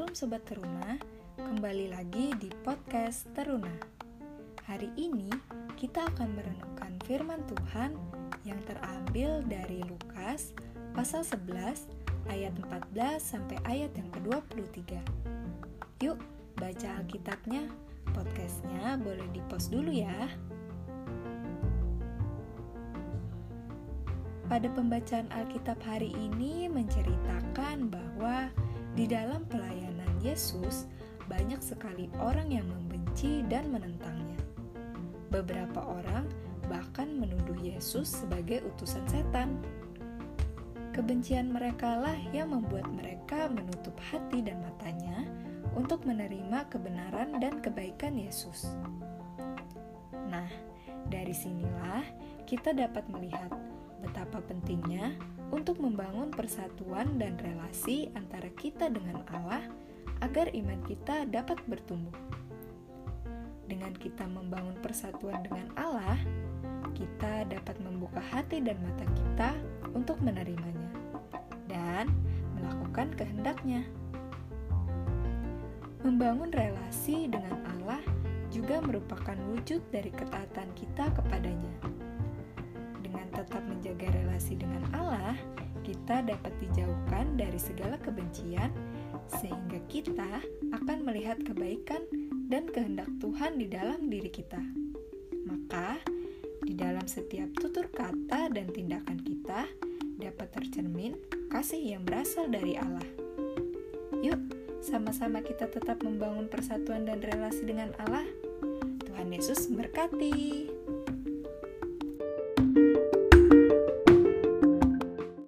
Shalom Sobat Teruna, kembali lagi di podcast Teruna. Hari ini kita akan merenungkan firman Tuhan yang terambil dari Lukas pasal 11 ayat 14 sampai ayat yang ke-23. Yuk baca Alkitabnya, podcastnya boleh di-pause dulu ya. Pada pembacaan Alkitab hari ini menceritakan bahwa di dalam pelayanan Yesus, banyak sekali orang yang membenci dan menentangnya. Beberapa orang bahkan menuduh Yesus sebagai utusan setan. Kebencian merekalah yang membuat mereka menutup hati dan matanya untuk menerima kebenaran dan kebaikan Yesus. Nah, dari sinilah kita dapat melihat betapa pentingnya untuk membangun persatuan dan relasi antara kita dengan Allah agar iman kita dapat bertumbuh. Dengan kita membangun persatuan dengan Allah, kita dapat membuka hati dan mata kita untuk menerimanya dan melakukan kehendak-Nya. Membangun relasi dengan Allah juga merupakan wujud dari ketaatan kita kepadanya. Dengan tetap menjaga relasi dengan Allah, kita dapat dijauhkan dari segala kebencian, sehingga kita akan melihat kebaikan dan kehendak Tuhan di dalam diri kita. Maka, di dalam setiap tutur kata dan tindakan kita dapat tercermin kasih yang berasal dari Allah. Yuk, sama-sama kita tetap membangun persatuan dan relasi dengan Allah. Tuhan Yesus memberkati.